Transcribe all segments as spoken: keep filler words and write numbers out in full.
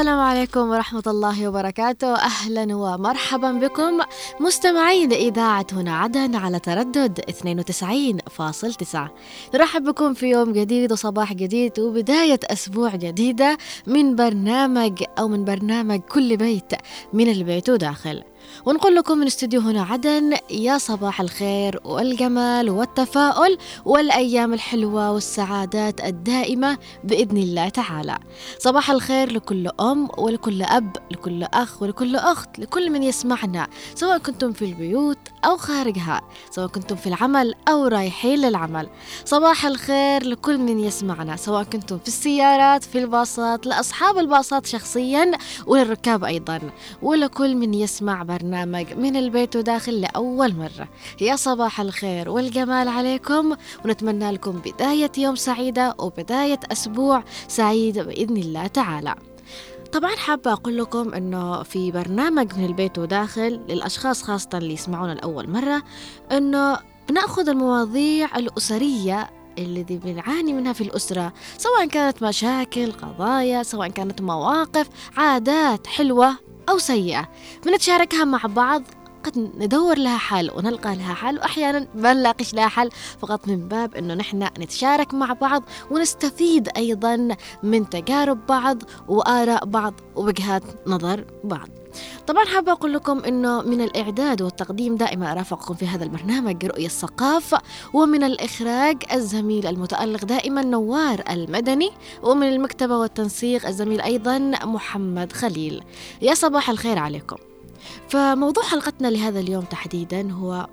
السلام عليكم ورحمة الله وبركاته. أهلا ومرحبا بكم مستمعين إذاعة هنا عدن على تردد اثنين وتسعين فاصل تسعة. نرحب بكم في يوم جديد وصباح جديد وبداية أسبوع جديدة من برنامج أو من برنامج كل بيت من البيت وداخل، ونقول لكم من استوديو هنا عدن يا صباح الخير والجمال والتفاؤل والأيام الحلوة والسعادات الدائمة بإذن الله تعالى. صباح الخير لكل أم ولكل أب، لكل أخ ولكل أخت، لكل من يسمعنا سواء كنتم في البيوت أو خارجها، سواء كنتم في العمل أو رايحين للعمل. صباح الخير لكل من يسمعنا سواء كنتم في السيارات، في الباصات، لأصحاب الباصات شخصيا وللركاب أيضا، ولكل من يسمع برنامج من البيت وداخل لأول مرة. يا صباح الخير والجمال عليكم، ونتمنى لكم بداية يوم سعيدة وبداية أسبوع سعيد بإذن الله تعالى. طبعا حابة أقول لكم أنه في برنامج من البيت وداخل للأشخاص خاصة اللي يسمعونا لأول مرة أنه بنأخذ المواضيع الأسرية الذي بنعاني منها في الأسرة، سواء كانت مشاكل، قضايا، سواء كانت مواقف، عادات حلوة أو سيئة، بنتشاركها مع بعض، قد ندور لها حل ونلقى لها حل، وأحيانا ما نلاقيش لها حل، فقط من باب أنه نحن نتشارك مع بعض ونستفيد أيضا من تجارب بعض وآراء بعض ووجهات نظر بعض. طبعا حابة أقول لكم أنه من الإعداد والتقديم دائما أرافقكم في هذا البرنامج رؤية الثقافة، ومن الإخراج الزميل المتألق دائما نوار المدني، ومن المكتبة والتنسيق الزميل أيضا محمد خليل. يا صباح الخير عليكم. فموضوع حلقتنا لهذا اليوم تحديدا هو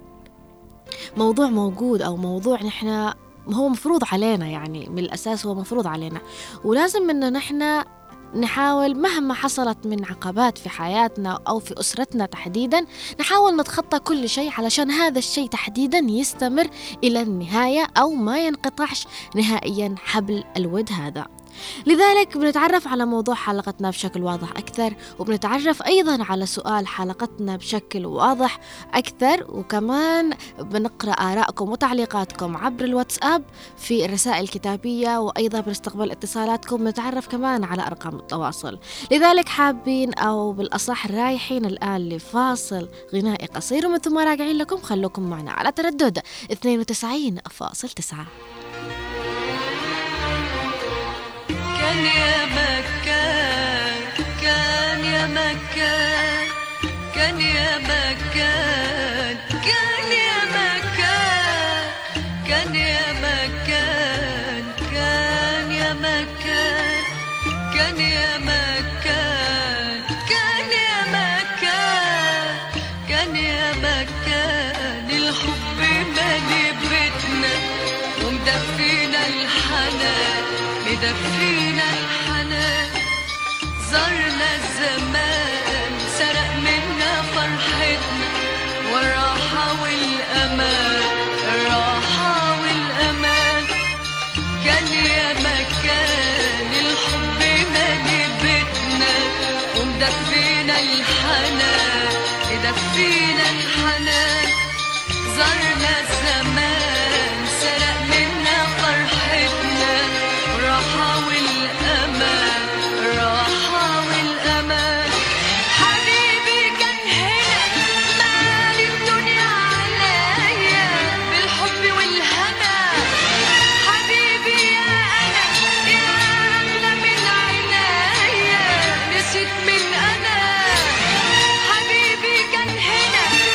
موضوع موجود أو موضوع نحن هو مفروض علينا، يعني من الأساس هو مفروض علينا، ولازم أنه نحن نحاول مهما حصلت من عقبات في حياتنا أو في أسرتنا تحديدا، نحاول نتخطى كل شيء علشان هذا الشيء تحديدا يستمر إلى النهاية أو ما ينقطعش نهائيا حبل الود هذا. لذلك بنتعرف على موضوع حلقتنا بشكل واضح أكثر، وبنتعرف أيضا على سؤال حلقتنا بشكل واضح أكثر، وكمان بنقرأ آراءكم وتعليقاتكم عبر الواتساب في الرسائل الكتابية، وأيضا بنستقبل اتصالاتكم، بنتعرف كمان على أرقام التواصل. لذلك حابين أو بالأصح رايحين الآن لفاصل غنائي قصير، ومن ثم راجعين لكم. خلوكم معنا على تردد اثنين وتسعين فاصل تسعة. كان يا مكان، كان يا مكان، كان يا مكان، كان يا مكان، كان يا مكان، كان يا مكان، كان يا مكان، كان يا مكان، كان يا مكان، الحب مالي بيتنا ومدفينا الحنان، مدفينا الحنان، زرنا الزمان سرق منا فرحتنا والراحة والأمان، الراحة والأمان. كان يا مكان الحب مالي بيتنا ومدفينا الحنان، مدفينا الحنان، زرنا الزمان سرق منا فرحتنا الراحة والأمان، الراحة والأمان. حبيبي كان هنا مالي الدنيا عليا بالحب والهنا، حبيبي يا أنا يا أغلى من عنايا، نسيت من أنا. حبيبي كان هنا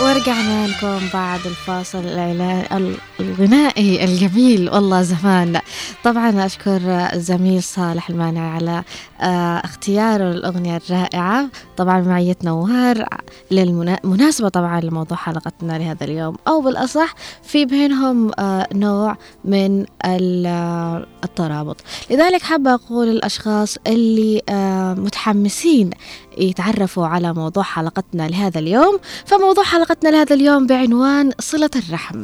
ورجعنا لكم بعد الفاصل الإعلان الغنائي الجميل والله زمان. طبعا أشكر الزميل صالح المانع على اختيار الأغنية الرائعة، طبعا معية نوار للمناسبة طبعا لموضوع حلقتنا لهذا اليوم، أو بالأصح في بينهم نوع من الترابط. لذلك حابة أقول للأشخاص اللي متحمسين يتعرفوا على موضوع حلقتنا لهذا اليوم، فموضوع حلقتنا لهذا اليوم بعنوان صلة الرحم.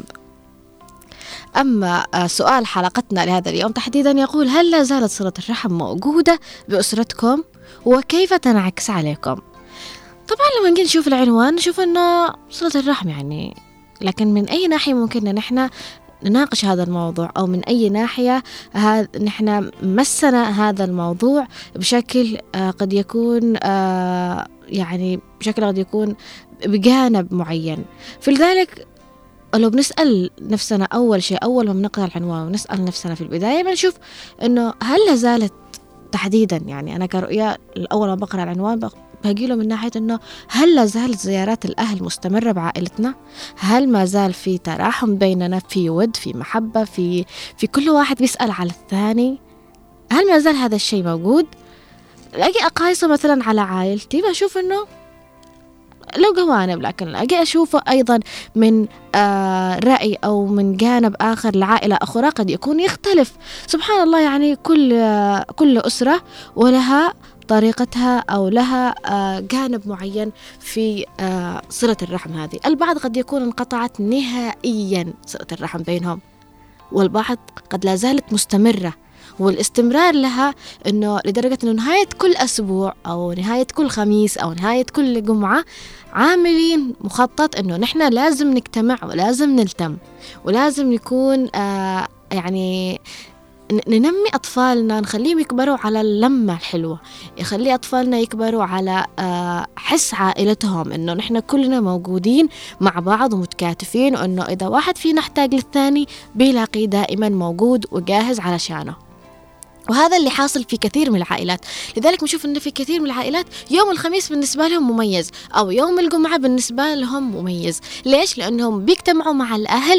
أما سؤال حلقتنا لهذا اليوم تحديدا يقول: هل لا زالت صلة الرحم موجودة بأسرتكم؟ وكيف تنعكس عليكم؟ طبعا لما نجي نشوف العنوان نشوف أنه صلة الرحم يعني، لكن من أي ناحية ممكن أن نحن نناقش هذا الموضوع، أو من أي ناحية هذا نحن مسنا هذا الموضوع بشكل قد يكون يعني بشكل قد يكون بجانب معين. فلذلك لو بنسأل نفسنا أول شيء أول ما بنقرأ العنوان ونسأل نفسنا في البداية بنشوف إنه هل لازالت تحديدا، يعني أنا كرؤية الأول ما بقرأ العنوان بقيله من ناحية إنه هل لازالت زيارات الأهل مستمرة بعائلتنا؟ هل ما زال في تراحم بيننا، في ود، في محبة، في في كل واحد بيسأل على الثاني؟ هل ما زال هذا الشيء موجود؟ أجي أقايسه مثلا على عائلتي بشوف إنه لو جوانب، لكن أجي أشوفه أيضا من آه رأي أو من جانب آخر لعائلة أخرى قد يكون يختلف. سبحان الله، يعني كل آه كل أسرة ولها طريقتها أو لها آه جانب معين في آه صلة الرحم هذه. البعض قد يكون انقطعت نهائيا صلة الرحم بينهم، والبعض قد لا زالت مستمرة، والاستمرار لها إنه لدرجة إنه نهاية كل أسبوع أو نهاية كل خميس أو نهاية كل جمعة عاملين مخطط إنه نحن لازم نجتمع ولازم نلتم ولازم نكون آه يعني ننمي أطفالنا، نخليهم يكبروا على اللمة الحلوة، يخلي أطفالنا يكبروا على آه حس عائلتهم إنه نحن كلنا موجودين مع بعض ومتكاتفين، وإنه إذا واحد فينا احتاج للثاني بيلاقي دائما موجود وجاهز علشانه. وهذا اللي حاصل في كثير من العائلات. لذلك نشوف أن في كثير من العائلات يوم الخميس بالنسبة لهم مميز، أو يوم الجمعة بالنسبة لهم مميز. ليش؟ لأنهم بيجتمعوا مع الأهل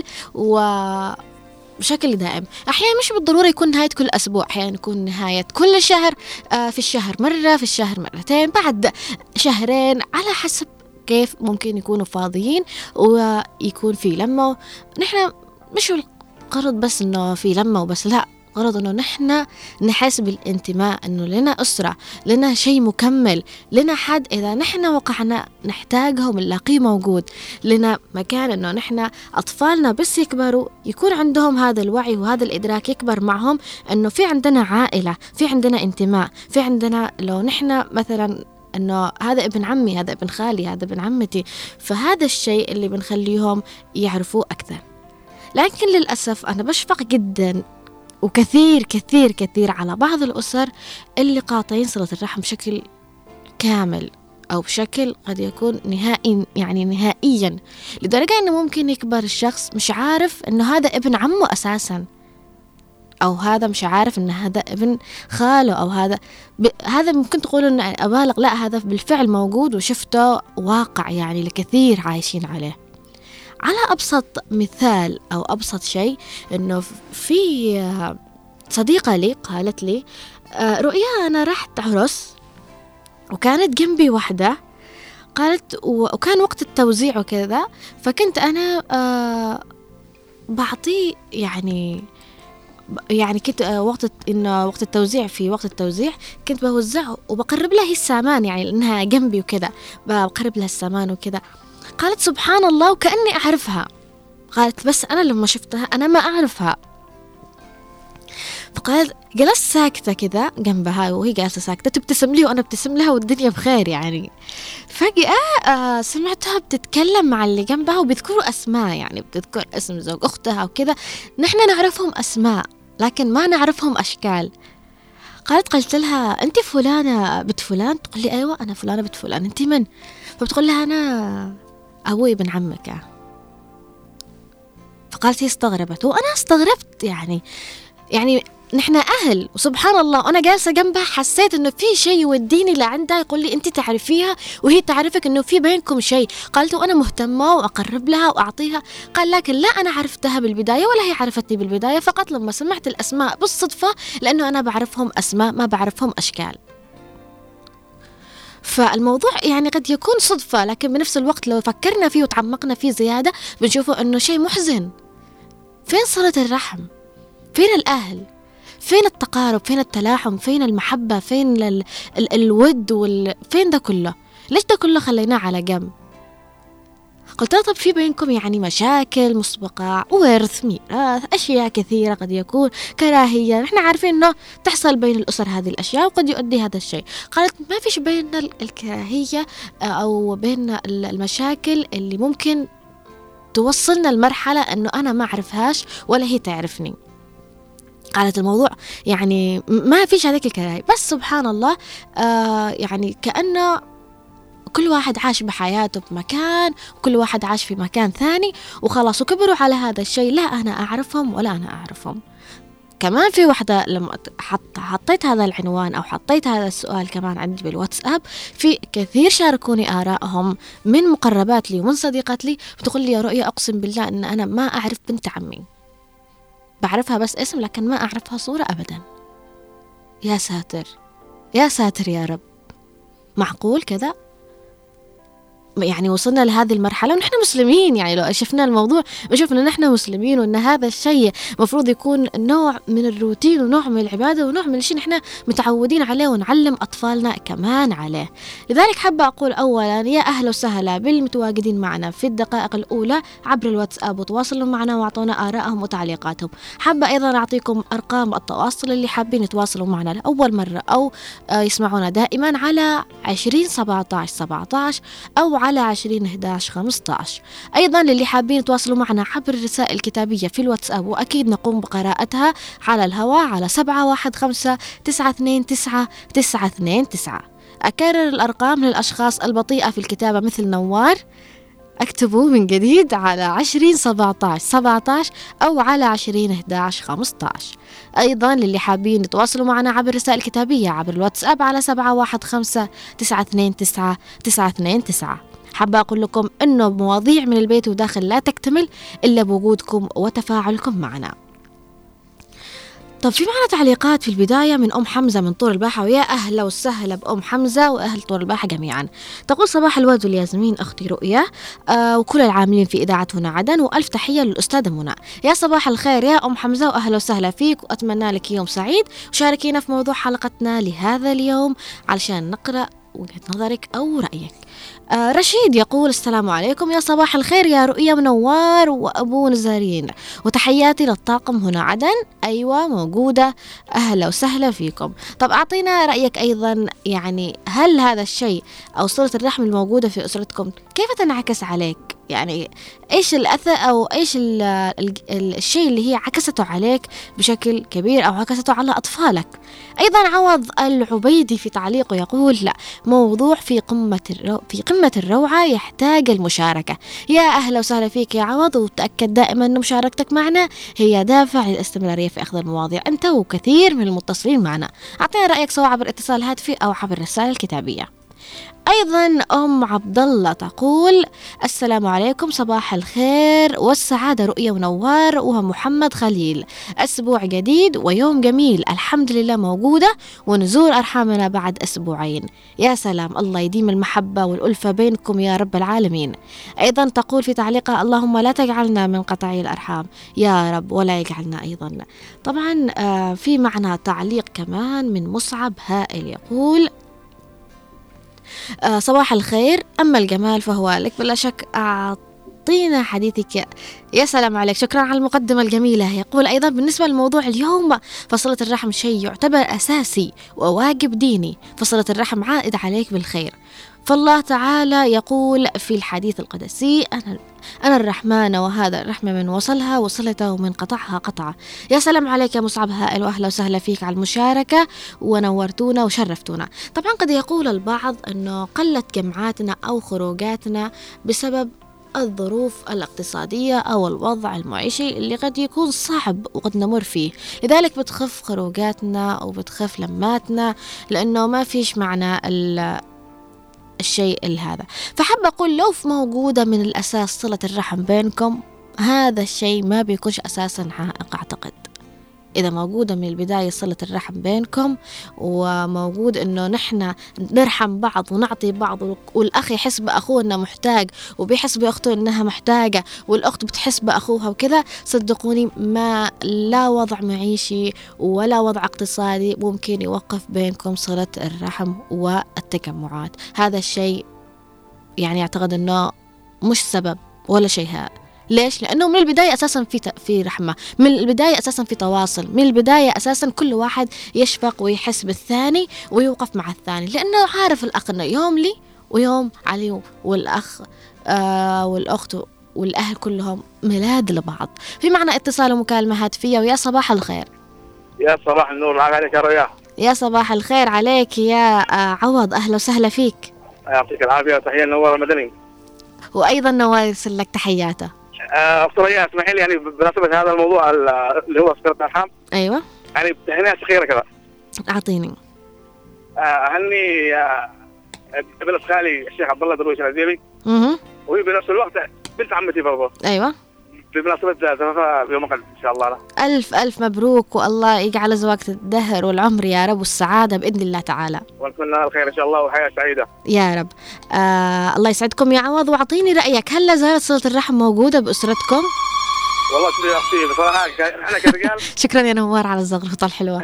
وبشكل دائم. أحيانا مش بالضرورة يكون نهاية كل أسبوع، أحيانا يكون نهاية كل شهر، في الشهر مرة، في الشهر مرتين، بعد شهرين، على حسب كيف ممكن يكونوا فاضيين ويكون في لمة. نحن مش القرض بس إنه في لمة وبس، لا، غرض أنه نحن نحس بالانتماء، أنه لنا أسرة، لنا شيء مكمل، لنا حد إذا نحن وقعنا نحتاجه بنلاقيه موجود، لنا مكان أنه نحن أطفالنا بس يكبروا يكون عندهم هذا الوعي وهذا الإدراك، يكبر معهم أنه في عندنا عائلة، في عندنا انتماء، في عندنا لو نحن مثلا أنه هذا ابن عمي، هذا ابن خالي، هذا ابن عمتي، فهذا الشيء اللي بنخليهم يعرفوه أكثر. لكن للأسف أنا بشفق جدا وكثير كثير كثير على بعض الأسر اللي قاطعين صلة الرحم بشكل كامل أو بشكل قد يكون نهائي، يعني نهائيا، لدرجة أنه ممكن يكبر الشخص مش عارف أنه هذا ابن عمه أساسا، أو هذا مش عارف أن هذا ابن خاله، أو هذا ب... هذا ممكن تقول أنه أبالغ، لا، هذا بالفعل موجود وشفته واقع يعني لكثير عايشين عليه. على أبسط مثال أو أبسط شيء، إنه في صديقة لي قالت لي: رؤيا أنا رحت عرس وكانت جنبي واحدة، قالت وكان وقت التوزيع وكذا، فكنت أنا بعطيه يعني يعني كنت وقت إنه وقت التوزيع في وقت التوزيع كنت بوزعه وبقرب لها السامان، يعني لأنها جنبي وكذا بقرب لها السامان وكذا. قالت: سبحان الله وكأني أعرفها. قالت: بس أنا لما شفتها أنا ما أعرفها. فقالت جلست ساكتة كذا جنبها وهي جالسة ساكتة تبتسم لي وأنا ابتسم لها والدنيا بخير يعني. فجأة آه سمعتها بتتكلم مع اللي جنبها وبيذكروا أسماء، يعني بتذكر اسم زوج أختها وكذا، نحن نعرفهم أسماء لكن ما نعرفهم أشكال. قالت قلت لها: أنت فلانة بنت فلان؟ تقول لي: أيوة أنا فلانة بنت فلان. أنت من؟ فبتقول لها: أنا أبوي ابن عمك. فقالت هي استغربت وأنا استغربت، يعني يعني نحن أهل، وسبحان الله وأنا جالسة جنبها حسيت إنه في شيء يوديني لعندها يقول لي أنت تعرفيها وهي تعرفك إنه في بينكم شيء. قالت وأنا مهتمة وأقرب لها وأعطيها. قال لكن لا، أنا عرفتها بالبداية ولا هي عرفتني بالبداية، فقط لما سمعت الأسماء بالصدفة، لأنه أنا بعرفهم أسماء ما بعرفهم أشكال. فالموضوع يعني قد يكون صدفة، لكن بنفس الوقت لو فكرنا فيه وتعمقنا فيه زيادة بنشوفه إنه شيء محزن. فين صلة الرحم؟ فين الأهل؟ فين التقارب؟ فين التلاحم؟ فين المحبة؟ فين ال... ال... الود وال... فين ده كله؟ ليش ده كله خليناه على جنب؟ قلت له طب في بينكم يعني مشاكل مسبقة، ورث، ميراث، أشياء كثيرة قد يكون كراهية، نحن عارفين إنه تحصل بين الأسر هذه الأشياء وقد يؤدي هذا الشيء. قالت ما فيش بيننا الكراهية أو بيننا المشاكل اللي ممكن توصلنا لمرحلة إنه أنا ما أعرفهاش ولا هي تعرفني. قالت الموضوع يعني ما فيش هذيك الكراهية، بس سبحان الله آه يعني كأنه كل واحد عاش بحياته بمكان وكل واحد عاش في مكان ثاني وخلاص وكبروا على هذا الشيء، لا أنا أعرفهم ولا أنا أعرفهم. كمان في واحدة لما حط حطيت هذا العنوان أو حطيت هذا السؤال كمان عندي بالواتساب، في كثير شاركوني آرائهم من مقربات لي ومن صديقات لي، بتقول لي يا رؤيا أقسم بالله أن أنا ما أعرف بنت عمي، بعرفها بس اسم لكن ما أعرفها صورة أبدا. يا ساتر يا ساتر يا رب، معقول كذا؟ يعني وصلنا لهذه المرحلة ونحن مسلمين. يعني لو شفنا الموضوع بنشوف أن نحن مسلمين وأن هذا الشيء مفروض يكون نوع من الروتين ونوع من العبادة ونوع من الشيء نحن متعودين عليه ونعلم أطفالنا كمان عليه. لذلك حابة أقول أولا يا أهلا وسهلا بالمتواجدين معنا في الدقائق الأولى عبر الواتساب وتواصلوا معنا واعطونا آرائهم وتعليقاتهم. حابة أيضا أعطيكم أرقام التواصل اللي حابين يتواصلوا معنا لأول مرة أو يسمعونا دائما على عشرين سبعة عشر سبعة عشر أو على عشرين إحدى عشر خمسة عشر. أيضا للي حابين يتواصلوا معنا عبر الرسائل الكتابية في الواتساب وأكيد نقوم بقراءتها على الهواء على سبعة واحد خمسة تسعة اثنين تسعة تسعة اثنين تسعة. أكرر الأرقام للأشخاص البطيئة في الكتابة مثل نوار، اكتبوا من جديد على عشرين سبعة عشر سبعة عشر أو على عشرين إحدى عشر خمسة عشر. أيضا للي حابين يتواصلوا معنا عبر الرسائل الكتابية عبر الواتساب على سبعة واحد خمسة تسعة اثنين تسعة تسعة اثنين تسعة. حابة أقول لكم أنه مواضيع من البيت وداخل لا تكتمل إلا بوجودكم وتفاعلكم معنا. طب في معنا تعليقات في البداية من أم حمزة من طور الباحة، ويا أهلا وسهلا بأم حمزة وأهل طور الباحة جميعا. تقول صباح الورد والياسمين أختي رؤيا آه وكل العاملين في إذاعة هنا عدن، وألف تحية للأستاذة منى. يا صباح الخير يا أم حمزة وأهلا وسهلا فيك، وأتمنى لك يوم سعيد، وشاركينا في موضوع حلقتنا لهذا اليوم علشان نقرأ وجهة نظرك أو رأيك. آه رشيد يقول السلام عليكم، يا صباح الخير يا رؤيا منوار وأبو نزارين، وتحياتي للطاقم هنا عدن. أيوة موجودة، أهلا وسهلا فيكم. طب أعطينا رأيك أيضا، يعني هل هذا الشيء أو صلة الرحم الموجودة في أسرتكم كيف تنعكس عليك؟ يعني إيش الأثر أو إيش ال ال الشيء اللي هي عكسته عليك بشكل كبير أو عكسته على أطفالك؟ أيضا عوض العبيدي في تعليقه يقول لا، موضوع في قمة الرو في قمة الروعة يحتاج المشاركة. يا أهلا وسهلا فيك يا عوض، وتأكد دائما أن مشاركتك معنا هي دافع للاستمرارية في أخذ المواضيع أنت وكثير من المتصلين معنا. أعطينا رأيك سواء عبر اتصال هاتفي أو عبر الرسالة الكتابية. أيضا أم عبد الله تقول السلام عليكم، صباح الخير والسعادة رؤيا ونوار ومحمد خليل، أسبوع جديد ويوم جميل الحمد لله موجودة، ونزور أرحامنا بعد أسبوعين. يا سلام، الله يديم المحبة والألفة بينكم يا رب العالمين. أيضا تقول في تعليقها اللهم لا تجعلنا من قطعي الأرحام يا رب ولا يجعلنا أيضا. طبعا في معنى تعليق كمان من مصعب هائل يقول آه صباح الخير، أما الجمال فهو لك بلا شك، أعطينا حديثك. يا سلام عليك، شكرا على المقدمة الجميلة. يقول أيضا بالنسبة للموضوع اليوم، فصلة الرحم شيء يعتبر أساسي وواجب ديني، فصلة الرحم عائد عليك بالخير. فالله تعالى يقول في الحديث القدسي أنا أنا الرحمن وهذا الرحمة من وصلها وصلته ومن قطعها قطعة. يا سلام عليك يا مصعب هائل، وأهلا وسهلا فيك على المشاركة ونورتونا وشرفتونا. طبعا قد يقول البعض أنه قلت جمعاتنا أو خروجاتنا بسبب الظروف الاقتصادية أو الوضع المعيشي اللي قد يكون صعب وقد نمر فيه، لذلك بتخف خروجاتنا أو بتخف لماتنا، لأنه ما فيش معنى الشيء هذا. فحب أقول لو موجودة من الأساس صلة الرحم بينكم، هذا الشيء ما بيكونش أساسا حائق. أعتقد إذا موجودة من البداية صلة الرحم بينكم، وموجود إنه نحن نرحم بعض ونعطي بعض، والأخ يحس بأخوه إنه محتاج وبيحس بأخته إنها محتاجة، والأخت بتحس بأخوها وكذا، صدقوني ما لا وضع معيشي ولا وضع اقتصادي ممكن يوقف بينكم صلة الرحم والتجمعات. هذا الشيء يعني أعتقد إنه مش سبب ولا شيء هذا. ليش؟ لأنه من البداية أساساً في في رحمة، من البداية أساساً في تواصل، من البداية أساساً كل واحد يشفق ويحس بالثاني ويوقف مع الثاني، لأنه عارف الأخ إنه يوم لي ويوم علي، والأخ آه والأخت والأهل كلهم ميلاد لبعض. في معنا اتصال ومكالمة هاتفية، ويا صباح الخير. يا صباح النور عليك يا رياح. يا صباح الخير عليك يا آه عوض، أهلا وسهلا فيك. يعطيك العافية وتحية نوار المدني. وأيضا نوار يرسل لك تحياته. أفضل اسمحي لي يعني بمناسبة هذا الموضوع اللي هو صلة الأرحام. أيوة. يعني هنا صغيرة كذا. أعطيني. هني ابن خالي الشيخ عبد الله درويش العزيبي. اها. وهي بنفس الوقت بنت عمتي برضه. أيوة. بمناسبة زفافها بيوم الغد إن شاء الله. ألف ألف مبروك، والله يجعل زواج الدهر والعمر يا رب، والسعادة بإذن الله تعالى. ونتمنى لها الخير إن شاء الله وحياة سعيدة يا رب. آه الله يسعدكم يا عوض. وأعطيني رأيك، هل لا زالت صلة الرحم موجودة بأسرتكم؟ والله شوفي يا أختي بصراحة أنا كرجال. شكرا يا نوار على الزغرفة الحلوة.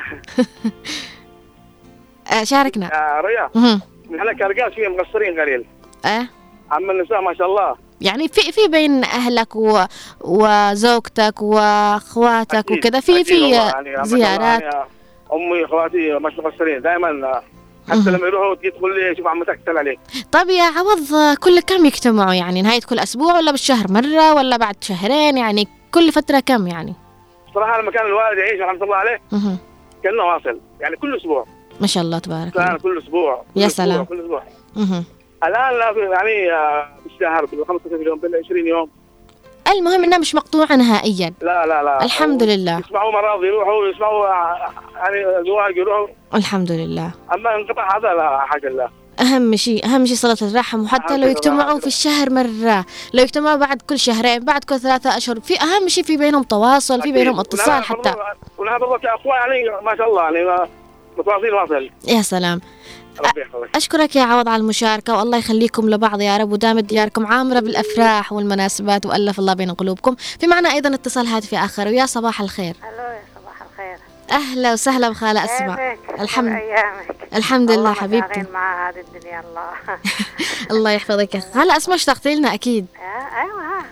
آه شاركنا. آه ريا. نحن كرجال شوية مقصرين قليل. أه. أما النساء ما شاء الله. يعني في في بين أهلك و... وزوجتك وأخواتك وكذا في في يعني زيارات. يعني أمي أخواتي مش مقصرين دائما، حتى لما يروحوا تقول لي شوف عمتك تسأل عليك. طيب يا عوض، كل كم يجتمعوا يعني؟ نهاية كل أسبوع ولا بالشهر مرة ولا بعد شهرين؟ يعني كل فترة كم يعني؟ صراحة لما كان الوالد يعيش رحمة الله عليه مه. كأنه واصل يعني كل أسبوع. ما شاء الله تبارك الله. كان كل أسبوع. يا سلام. كل أسبوع. مه. الآن لا يعني بالشهر بالخمسة يوم بالعشرين يوم. المهم إنها مش مقطوعة نهائيا. لا لا لا. الحمد لله. يسمعوا مرض يروحوا، يسمعوا يعني زواج يروحوا. الحمد لله. أما انقطع هذا لا حاجة الله. أهم شيء أهم شيء صلة الرحم، وحتى لو يجتمعوا في الشهر مرة، لو يجتمعوا بعد كل شهرين، بعد كل ثلاثة أشهر، في أهم شيء في بينهم تواصل، في بينهم اتصال حتى. ونها برضه كأخوة يعني ما شاء الله يعني متواصلين واصل. يا سلام. أشكرك يا عوض على المشاركة، والله يخليكم لبعض يا رب، ودامت دياركم عامرة بالأفراح والمناسبات، وألف الله بين قلوبكم. في معنا أيضا اتصال هاتفي آخر، ويا صباح الخير. ألو يا صباح الخير. أهلا وسهلا بخالة أسماء. الحمد الحمد لله حبيبتي. مع هذه الدنيا الله. الله يحفظك. خالة أسماء اشتقتي لنا أكيد. أيوة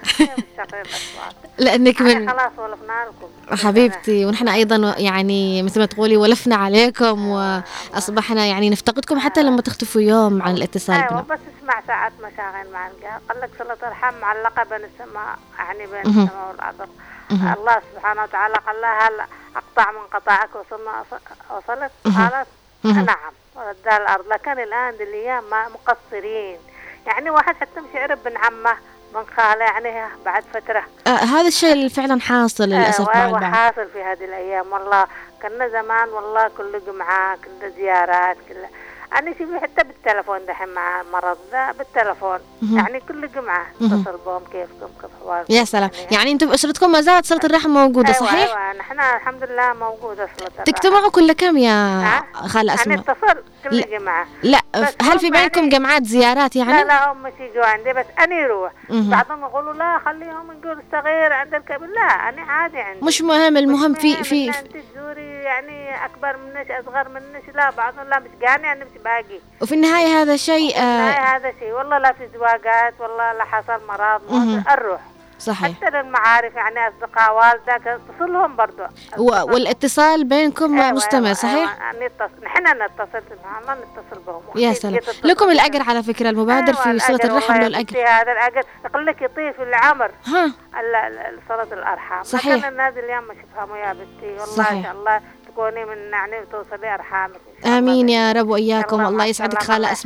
لأنك من خلاص ولفنا لكم حبيبتي، ونحن أيضا يعني مثل ما تقولي ولفنا عليكم، وأصبحنا يعني نفتقدكم حتى لما تختفوا يوم عن الاتصال بنا. أيوة بس اسمع ساعات مشاغل مع القلب، قال لك صلة الرحم معلقة بين السماء، يعني بين السماء والأرض. الله سبحانه وتعالى قال لها هل أقطع من قطعك وصلنا وصلت؟ قالت نعم وردها الأرض. لكن الآن دي الأيام ما مقصرين، يعني واحد حتى مش يعرف بن عمه من خاله يعني بعد فترة. آه هذا الشيء اللي فعلا حاصل للأسف آه مع البعض. حاصل في هذه الأيام والله. كنا زمان والله كل جمعة كل زيارات كل أنا شوفي حتى بالتلفون دحين مع مرض ذا بالتلفون مه. يعني كل جمعة اتصل بهم كيفكم كيف أحوالكم. يا سلام. يعني, يعني أنتم بأسرتكم ما زالت صلة الرحم موجودة؟ أيوة صحيح؟ أيوة نحن الحمد لله موجودة صلة الرحم. تجتمعوا كل كم يا خالة أسماء؟ يعني اتصل كل جمعة. لا هل في بينكم يعني جمعات زيارات يعني؟ لا لا هم يجوا عندي بس أنا يروح. بعضهم يقولوا لا خليهم يقولوا الصغير عند الكبير. لا أنا عادي عندي. مش مهم، المهم في في أنت تزوري يعني أكبر منش أصغر منش. لا بعضهم لا مش قاني يعني مش باقي. وفي النهاية هذا شيء آه النهاية هذا شيء والله لا في زواجات والله لا حصل مرض الروح صحيح. حتى للمعارف يعني أصدقاء والدك اتصلهم برضو و... والاتصال بينكم أيوة مستمر أيوة صحيح؟ أيوة نتصل نحن نتصل معنا نتصل بهم. يا سلام. لكم الأجر على فكرة المبادر أيوة في صلة الرحم له الأجر. هذا الأجر يقول لك يطيف العمر ها صلة الأرحام. صحيح. لكن الناس اليوم مش يفهموا يا بنتي والله إن شاء الله تكوني من يعني وتوصلي أرحامك. آمين يا رب وإياكم. الله يسعدك خالة أسماء.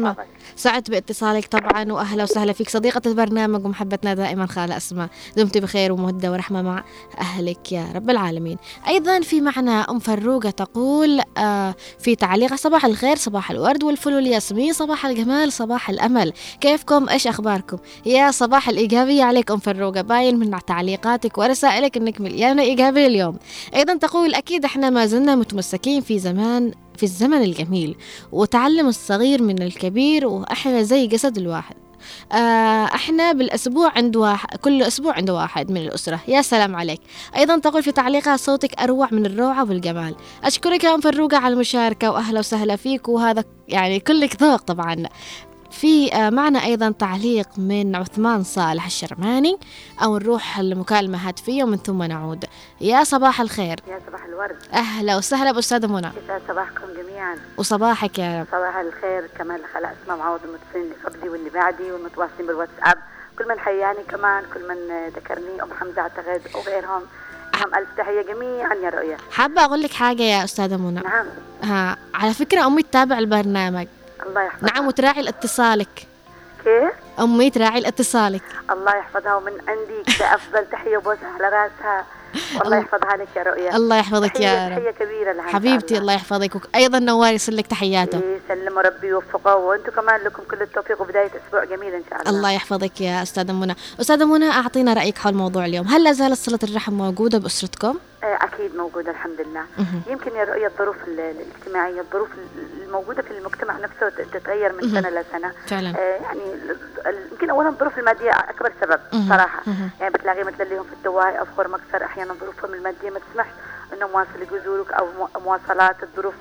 سعدت باتصالك طبعا، وأهلا وسهلا فيك صديقة البرنامج ومحبتنا دائما خالة أسماء. دمتي بخير ومودة ورحمة مع أهلك يا رب العالمين. أيضا في معنا أم فروقة تقول آه في تعليق: صباح الخير، صباح الورد والفل والياسمين، صباح الجمال، صباح الأمل، كيفكم؟ إيش أخباركم؟ يا صباح الإيجابية عليك أم فروقة، باين من تعليقاتك ورسائلك إنك مليانة إيجابية اليوم. أيضا تقول: أكيد إحنا ما زلنا متمسكين في زمان في الزمن الجميل، وتعلم الصغير من الكبير، وإحنا زي جسد الواحد. آه احنا بالاسبوع عند واحد، كل اسبوع عند واحد من الاسره. يا سلام عليك. ايضا تقول في تعليقها: صوتك اروع من الروعه والجمال. اشكرك يا ام فروقه على المشاركه، واهلا وسهلا فيك، وهذا يعني كلك ذوق طبعا. في آه معنا أيضا تعليق من عثمان صالح الشرماني: أو نروح المكالمة هاتفية ومن ثم نعود. يا صباح الخير. يا صباح الورد. أهلا وسهلا بأستاذة منى. يسعد صباحكم جميعا. وصباحك يا رب. صباح الخير كمان لخالة أسماء معوض، المتصلين اللي قبلي واللي بعدي والمتواصلين بالواتساب، كل من حياني كمان، كل من ذكرني، أم حمزة أعتقد وغيرهم، لهم ألف تحية جميعا يا رؤيا. حابة أقول لك حاجة يا أستاذة منى. نعم. ها، على فكرة أمي تتابع البرنامج. الله يحفظها. نعم، وتراعي الاتصالك. كيف؟ أمي تراعي الاتصالك. الله يحفظها، ومن عندي كده أفضل تحية وبوسة على راسها، والله يحفظها لك يا رؤيا. الله يحفظك يا رب. تحية كبيرة لها حبيبتي، الله يحفظك. وأيضا نوار يرسل لك تحياته. يسلم ربي يوفقه، وأنتم كمان لكم كل التوفيق وبداية أسبوع جميل إن شاء الله. الله يحفظك يا أستاذة منى. أستاذة منى، أعطينا رأيك حول موضوع اليوم. هل لا زالت صلة الرحم موجودة بأسرتكم؟ أكيد موجودة الحمد لله. مه. يمكن يا رؤية الظروف الاجتماعية، الظروف الموجودة في المجتمع نفسه تتغير من مه. سنة لسنة فعلا. آه يعني يمكن أولا الظروف المادية أكبر سبب مه. صراحة. مه. يعني بتلاقي مثل اللي هم في الدواعي أو في خور مكسر، أحيانا ظروفهم المادية ما تسمح إنه مواصل يجوزولك، أو مواصلات الظروف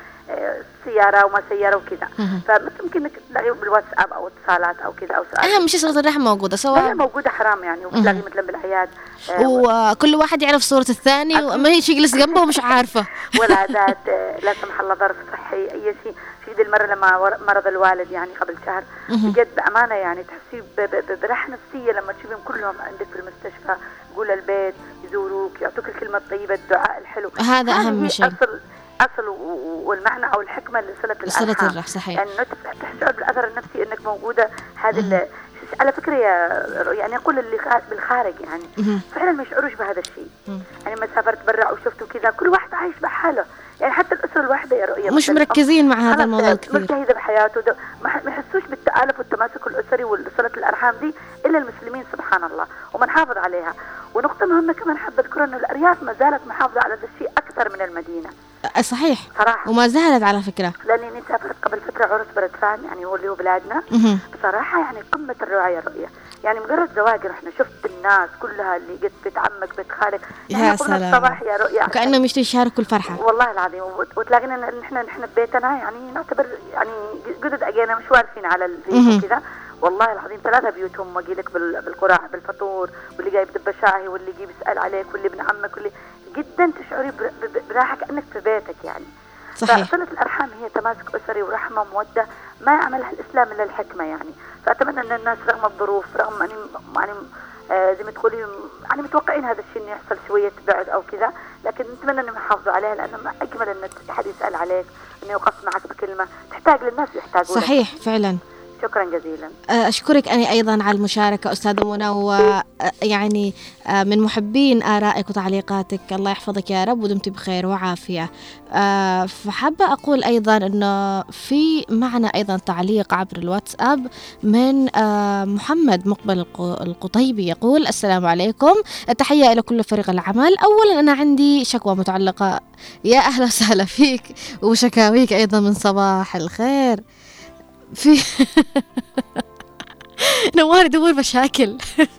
سيارة وما سيارة وكذا، فممكن انك تلاقيه بالواتساب او اتصالات او كذا او سؤال. اهم شيء صلة الرحم موجودة سواء. هي موجودة حرام يعني، وبتلاقيه مثلا بالاعياد، وكل واحد يعرف صورة الثاني، وما هي شيء يجلس جنبه ومش عارفة. والعادات لا سمح الله ظرف صحي اي شيء. في دي المرة لما مرض الوالد يعني قبل شهر، بجد بأمانة يعني تحسي براحة نفسية لما تشوفهم كلهم عندك في المستشفى، يقول البيت، يزوروك، يعطوك الكلمة الطيبة، الدعاء الحلو. هذا أهم شيء. أصل أصل والمعنى أو الحكمة لصلة الأرحام. صلة الرحم صحيح. يعني تشعر بالأثر النفسي إنك موجودة. هذا على فكرة يا يعني أقول اللي بالخارج يعني فعلا ما يشعروش بهذا الشيء. يعني ما سافرت برا وشفتوا كذا، كل واحد عايش بحاله. يعني حتى الأسرة الواحدة يا رؤية مش مركزين مع هذا الموضوع كثير، مجتهدة بحياته، ما يحسوش بالتآلف والتماسك الأسري وصلة الأرحام دي إلا المسلمين سبحان الله، ومنحافظ عليها. ونقطة مهمة كمان حابة أذكر إنه الأرياف ما زالت محافظة على هذا الشيء أكثر من المدينة. صحيح صراحة. وما زالت على فكرة، لأني سافرت قبل فترة عرس بردفان، يعني هو اللي هو بلادنا. بصراحة يعني قمة الروعة يا رؤية. يعني مجرد زواج رحنا شفت الناس كلها اللي قد بيت عمك بيت خالك، يا سلام، الصباح يا رؤية وكأنهم يشاركوا الفرحة والله العظيم. وتلاقينا نحن نحن ببيتنا يعني نعتبر يعني قدد أجينا مش وارفين على الريف وكذا. والله العظيم ثلاثة بيوتهم واجيلك بالقراع بالفطور، واللي جايب دبة شاهي، واللي يجيب يسأل عليك، واللي ابن عمك، واللي جدا تشعري براحة كأنك في بيتك يعني. صحيح. فصلة الأرحام هي تماسك أسري ورحمة ومودة ما يعملها الإسلام إلا الحكمة يعني. فأتمنى أن الناس رغم الظروف، رغم يعني يعني آه زي ما تقولي يعني متوقعين هذا الشيء إنه يحصل شوية بعد أو كذا، لكن نتمنى إنهم يحافظوا عليها، لأنه ما أجمل إن أحد يسأل عليك، إنه يوقف معك بكلمة، تحتاج للناس يحتاجون. صحيح فعلا. شكرا جزيلا. أشكرك أنا أيضا على المشاركة أستاذة منى، ويعني من محبين آرائك وتعليقاتك، الله يحفظك يا رب ودمتي بخير وعافية. فحابة أقول أيضا أنه في معنا أيضا تعليق عبر الواتساب من محمد مقبل القطيبي، يقول: السلام عليكم، التحية إلى كل فريق العمل. أولا أنا عندي شكوى متعلقة. يا أهلا وسهلا فيك، وشكاويك أيضا من صباح الخير. في نوار يدور مشاكل.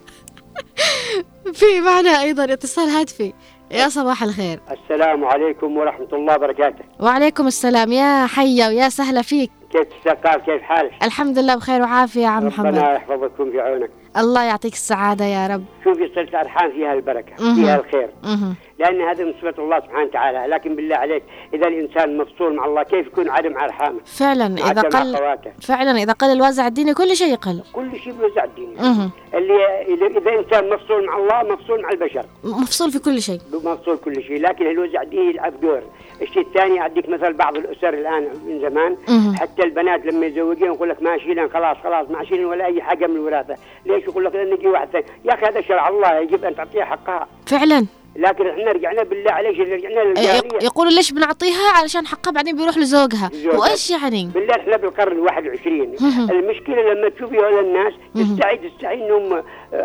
في معنا أيضا اتصال هاتفي. يا صباح الخير. السلام عليكم ورحمة الله وبركاته. وعليكم السلام، يا حيا ويا سهلا فيك. كيف تسقال، كيف حالك؟ الحمد لله بخير وعافية يا عم محمد. ربنا يحفظكم في عونك. الله يعطيك السعادة يا رب. شوفي صلة الأرحام فيها البركة، مه. فيها الخير، مه. لأن هذا من صفة الله سبحانه وتعالى. لكن بالله عليك إذا الإنسان مفصول مع الله كيف يكون عدم أرحامه؟ فعلا إذا قل فعلا إذا قل الوازع الديني كل شيء يقل، كل شيء بوزع الديني. اللي إذا إنسان مفصول مع الله مفصول مع البشر، مفصول في كل شيء، مفصول كل شيء. لكن الوزع الديني يلعب دور. الشيء الثاني أديك مثل بعض الأسر الآن من زمان، مه. حتى البنات لما يزوجين يقول لك ما شيلن خلاص خلاص ما شيلن ولا اي حاجه من الوراثه، ليش؟ يقول لك لان يجي واحد ثاني. يا اخي هذا شرع الله، يجب ان تعطيها حقها فعلا. لكن احنا رجعنا بالله عليك رجعنا للجاهليه. يقولوا ليش بنعطيها؟ علشان حقها بعدين بيروح لزوجها. وايش يعني؟ بالله احنا بالقرن الواحد وعشرين. المشكله لما تشوفي هؤلاء الناس تستعي تستعي انهم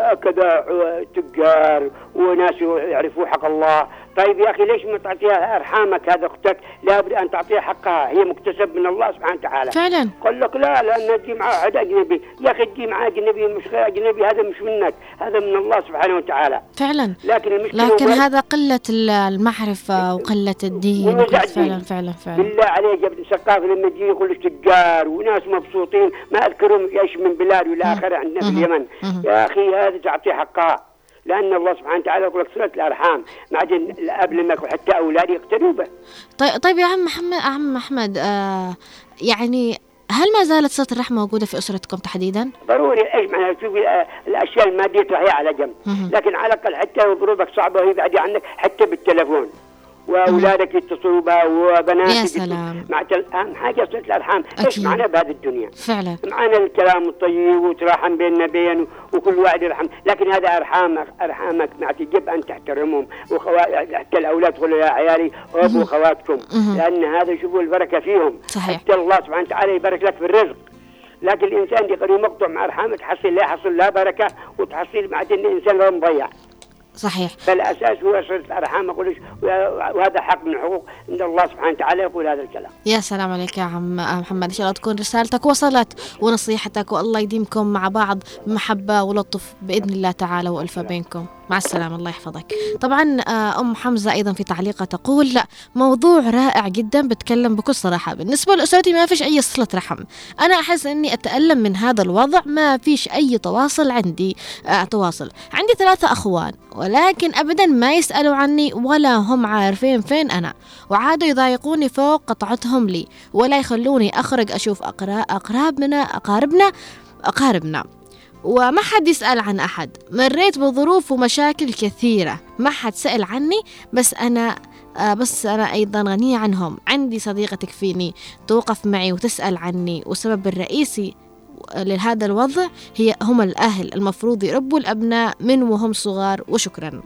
كذا تجار وناس يعرفوا حق الله. طيب يا اخي ليش ما تعطيها ارحامك؟ هذا اختك لابد ان تعطيها حقها، هي مكتسب من الله سبحانه وتعالى. فعلا. قال لك لا لان تجي معاه عاد اجنبي. يا اخي تجي معاه اجنبي مش غير اجنبي، هذا مش منك، هذا من الله سبحانه وتعالى. فعلا. لكن المشكله لكن هذا قله المعرفه وقله الدين. فعلا فعلا فعلا. بالله عليك يا ابن الثقافه لما تجي يقول لك تجار وناس مبسوطين ما اذكرهم ايش من بلاد ولا اخر عندنا في اليمن. يا اخي هذا تعطي حقها، لأن الله سبحانه وتعالى يقول لك صلة الأرحام بعدين الأب لما يكون حتى أولادي يقتدوا به. طيب طيب يا عم محمد عم محمد آه يعني هل ما زالت صلة الرحم موجودة في أسرتكم تحديدا؟ ضروري. إيش معناها؟ شوفي آه الأشياء المادية تروحي على جنب، لكن على الأقل حتى لو ظروفك صعبة وهي بعيدة عنك حتى بالتلفون واولادك يتصلوا بها وبناتك. يا سلام. مع اهم حاجه صله الارحام. ايش معنا بهذه الدنيا؟ فعلا. معنا الكلام الطيب وتراحم بيننا بين وكل واحد يرحم، لكن هذا ارحامك ارحامك مع تجب ان تحترمهم. وحتى الاولاد يقولوا يا عيالي ابو خواتكم، لان هذا شوفوا البركه فيهم. صحيح. حتى الله سبحانه وتعالى يبارك لك في الرزق، لكن الانسان يقدر مقطع مع ارحامه تحصل لا يحصل لا بركه وتحصل بعدين الانسان غير مضيع. صحيح. فالأساس هو صلة الأرحام، أقول وهذا حق من حقوق عند الله سبحانه وتعالى يقول هذا الكلام. يا سلام عليك يا عم محمد، إن شاء الله تكون رسالتك وصلت ونصيحتك، والله يديمكم مع بعض بمحبة ولطف بإذن الله تعالى وألفة بينكم. مع السلامة، الله يحفظك. طبعا أم حمزة أيضا في تعليقها تقول لا موضوع رائع جدا، بتكلم بكل صراحة. بالنسبة لأسرتي ما فيش أي صلة رحم، أنا أحس أني أتألم من هذا الوضع، ما فيش أي تواصل عندي. آه تواصل عندي ثلاثة أخوان ولكن أبدا ما يسألوا عني ولا هم عارفين فين أنا، وعادوا يضايقوني فوق قطعتهم لي ولا يخلوني أخرج أشوف أقرابنا أقاربنا أقاربنا وما حد يسأل عن أحد. مريت بظروف ومشاكل كثيرة، ما حد سأل عني، بس أنا آه بس أنا أيضا غنية عنهم. عندي صديقة تكفيني توقف معي وتسأل عني، والسبب الرئيسي لهذا الوضع هي هم الأهل، المفروض يربوا الأبناء من وهم صغار. وشكرا.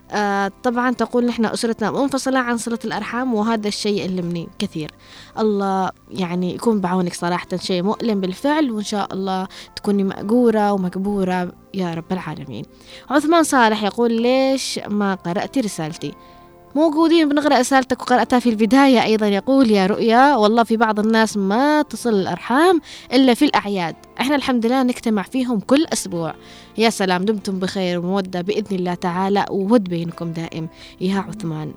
آه طبعا تقول نحن أسرتنا منفصلة عن صلة الأرحام، وهذا الشيء يلمني كثير. الله يعني يكون بعونك، صراحة شيء مؤلم بالفعل، وإن شاء الله تكوني مأجورة ومكبورة يا رب العالمين. عثمان صالح يقول ليش ما قرأتي رسالتي؟ موجودين بنقرأ رسالتك وقرأتها في البداية. أيضا يقول يا رؤيا والله في بعض الناس ما تصل الأرحام إلا في الأعياد، إحنا الحمد لله نجتمع فيهم كل أسبوع. يا سلام، دمتم بخير ومودة بإذن الله تعالى، وود بينكم دائم يا عثمان.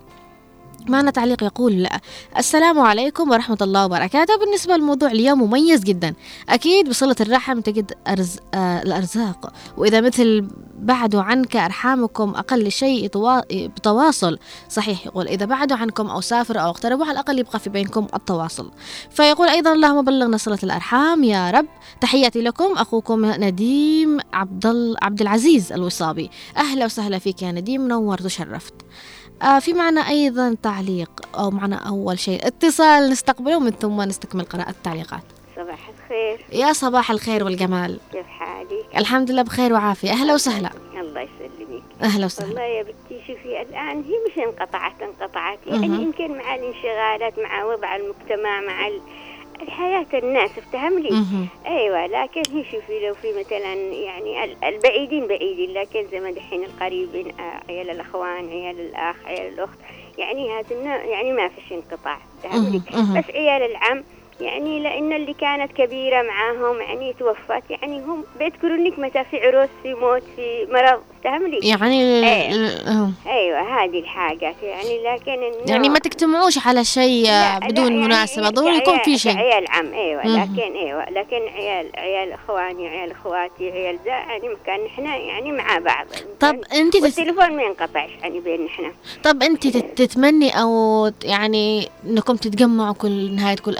معنا تعليق يقول السلام عليكم ورحمة الله وبركاته. بالنسبة للموضوع اليوم مميز جدا، أكيد بصلة الرحم تجد أرز... آه الأرزاق، وإذا مثل بعدوا عنك أرحامكم أقل شيء يتوا... بتواصل. صحيح، يقول إذا بعدوا عنكم أو سافروا أو اقتربوا على الأقل يبقى في بينكم التواصل. فيقول أيضا اللهم بلغنا صلة الأرحام يا رب. تحياتي لكم، أخوكم نديم عبد عبد العزيز الوصابي. أهلا وسهلا فيك يا نديم، منور وشرفت. آه في معنا أيضا تعليق، أو معنا أول شيء اتصال نستقبله ومن ثم نستكمل قراءة التعليقات. صباح الخير. يا صباح الخير والجمال. كيف حالك؟ الحمد لله بخير وعافية. أهلا وسهلا. الله يسلمك. أهلا وسهلا. والله يا بنتي شوفي الآن هي مش انقطعت انقطعت يعني يمكن مع الانشغالات، مع وضع المجتمع، مع ال... الحياة الناس افتهم لي. أيوة، لكن هي شوفي لو في مثلا يعني البعيدين بعيدين، لكن زي ما دحين القريبين، عيال الأخوان، عيال الأخ، عيال الأخت، يعني هذا يعني ما فيش انقطاع افتهم لي. بس عيال العم يعني لأن اللي كانت كبيرة معاهم يعني توفت، يعني هم بيذكروا انك متى في عروس، في موت، في مرض، افتهم لي يعني. أيوة. ايوه هذه الحاجات يعني، لكن يعني ما تجتمعوش على شيء بدون يعني مناسبة، ضروري يكون في شيء. عيال عم ايوه مم. لكن ايوه لكن عيال عيال اخواني، عيال اخواتي، عيال ذا يعني كان احنا يعني مع بعض. طب انت تت... التليفون ما ينقطعش يعني بين احنا. طب انت تتمني او يعني انكم تتجمعوا كل نهاية كل اسبوع او